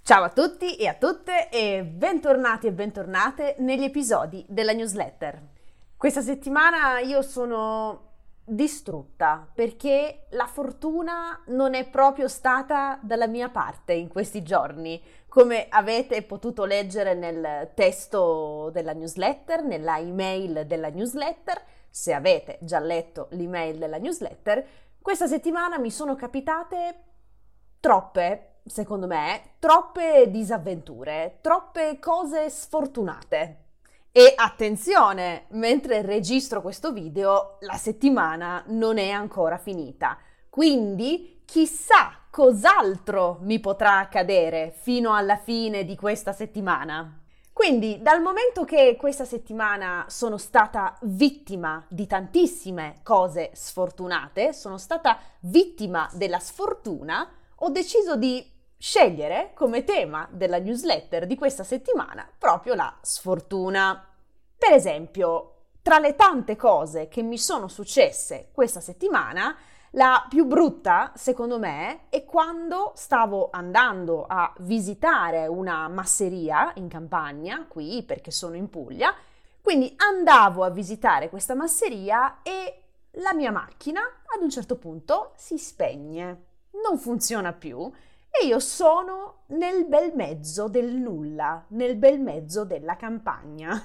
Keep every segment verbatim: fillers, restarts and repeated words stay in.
Ciao a tutti e a tutte e bentornati e bentornate negli episodi della newsletter. Questa settimana io sono distrutta perché la fortuna non è proprio stata dalla mia parte in questi giorni, come avete potuto leggere nel testo della newsletter, nella email della newsletter. Se avete già letto l'email della newsletter, questa settimana mi sono capitate troppe, secondo me, troppe disavventure, troppe cose sfortunate. E attenzione, mentre registro questo video, la settimana non è ancora finita. Quindi chissà cos'altro mi potrà accadere fino alla fine di questa settimana. Quindi, dal momento che questa settimana sono stata vittima di tantissime cose sfortunate, sono stata vittima della sfortuna, ho deciso di scegliere come tema della newsletter di questa settimana proprio la sfortuna. Per esempio, tra le tante cose che mi sono successe questa settimana, la più brutta, secondo me, è quando stavo andando a visitare una masseria in campagna, qui perché sono in Puglia, quindi andavo a visitare questa masseria e la mia macchina ad un certo punto si spegne. Non funziona più e io sono nel bel mezzo del nulla, nel bel mezzo della campagna.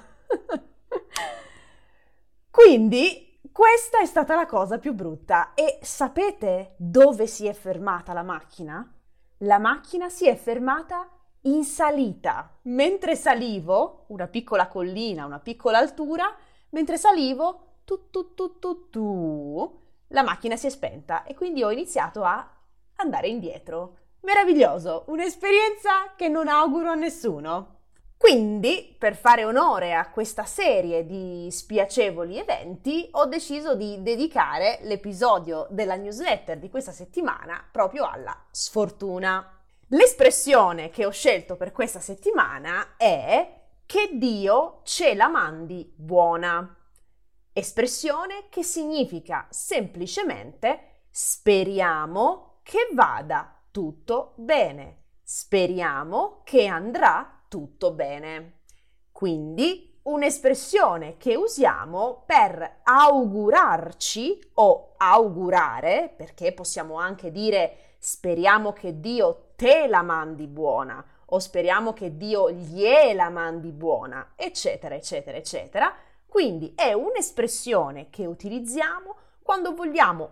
Quindi questa è stata la cosa più brutta. E sapete dove si è fermata la macchina? La macchina si è fermata in salita. Mentre salivo, una piccola collina, una piccola altura, mentre salivo, tu tu tu tu tu, la macchina si è spenta e quindi ho iniziato a andare indietro. Meraviglioso, un'esperienza che non auguro a nessuno. Quindi, per fare onore a questa serie di spiacevoli eventi, ho deciso di dedicare l'episodio della newsletter di questa settimana proprio alla sfortuna. L'espressione che ho scelto per questa settimana è che Dio ce la mandi buona. Espressione che significa semplicemente speriamo che vada tutto bene. Speriamo che andrà tutto bene. Quindi un'espressione che usiamo per augurarci o augurare, perché possiamo anche dire speriamo che Dio te la mandi buona o speriamo che Dio gliela mandi buona, eccetera, eccetera, eccetera. Quindi è un'espressione che utilizziamo quando vogliamo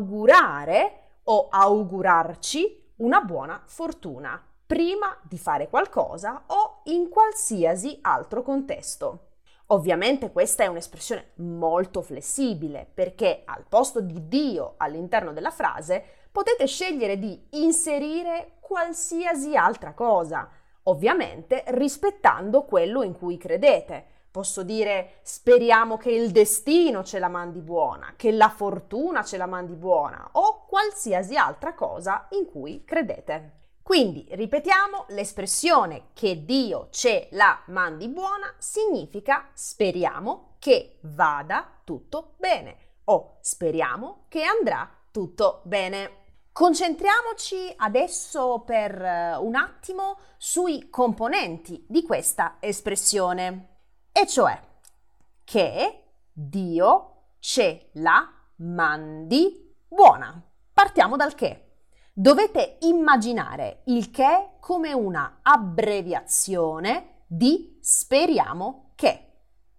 augurare o augurarci una buona fortuna prima di fare qualcosa o in qualsiasi altro contesto. Ovviamente questa è un'espressione molto flessibile perché al posto di Dio all'interno della frase potete scegliere di inserire qualsiasi altra cosa, ovviamente rispettando quello in cui credete. Posso dire speriamo che il destino ce la mandi buona, che la fortuna ce la mandi buona o qualsiasi altra cosa in cui credete. Quindi ripetiamo, l'espressione che Dio ce la mandi buona significa speriamo che vada tutto bene o speriamo che andrà tutto bene. Concentriamoci adesso per un attimo sui componenti di questa espressione. E cioè che Dio ce la mandi buona. Partiamo dal che. Dovete immaginare il che come una abbreviazione di speriamo che.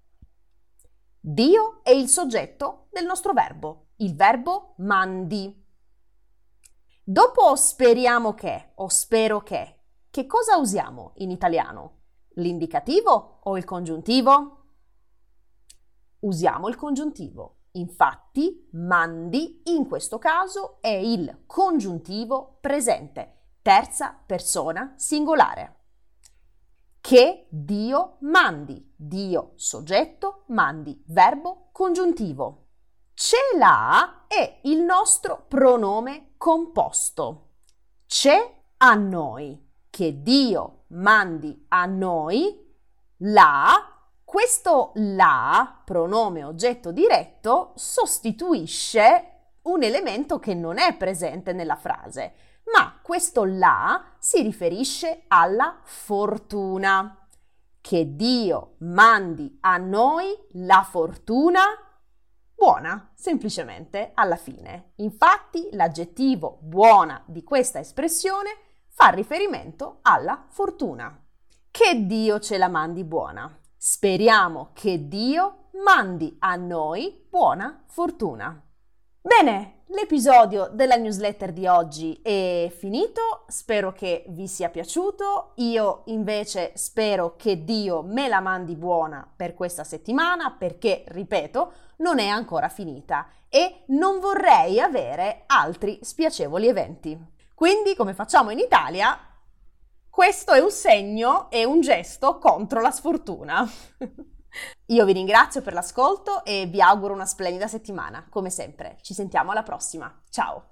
Dio è il soggetto del nostro verbo, il verbo mandi. Dopo speriamo che o spero che, che cosa usiamo in italiano? L'indicativo o il congiuntivo? Usiamo il congiuntivo. Infatti, mandi in questo caso è il congiuntivo presente, terza persona singolare. Che Dio mandi, Dio soggetto, mandi verbo congiuntivo. Ce l'ha è il nostro pronome composto. C'è a noi. Che Dio mandi a noi, la, questo la, pronome oggetto diretto, sostituisce un elemento che non è presente nella frase, ma questo la si riferisce alla fortuna. Che Dio mandi a noi la fortuna buona, semplicemente alla fine. Infatti, l'aggettivo buona di questa espressione fa riferimento alla fortuna. Che Dio ce la mandi buona. Speriamo che Dio mandi a noi buona fortuna. Bene, l'episodio della newsletter di oggi è finito, spero che vi sia piaciuto, io invece spero che Dio me la mandi buona per questa settimana perché, ripeto, non è ancora finita e non vorrei avere altri spiacevoli eventi. Quindi, come facciamo in Italia, questo è un segno e un gesto contro la sfortuna. Io vi ringrazio per l'ascolto e vi auguro una splendida settimana, come sempre. Ci sentiamo alla prossima. Ciao!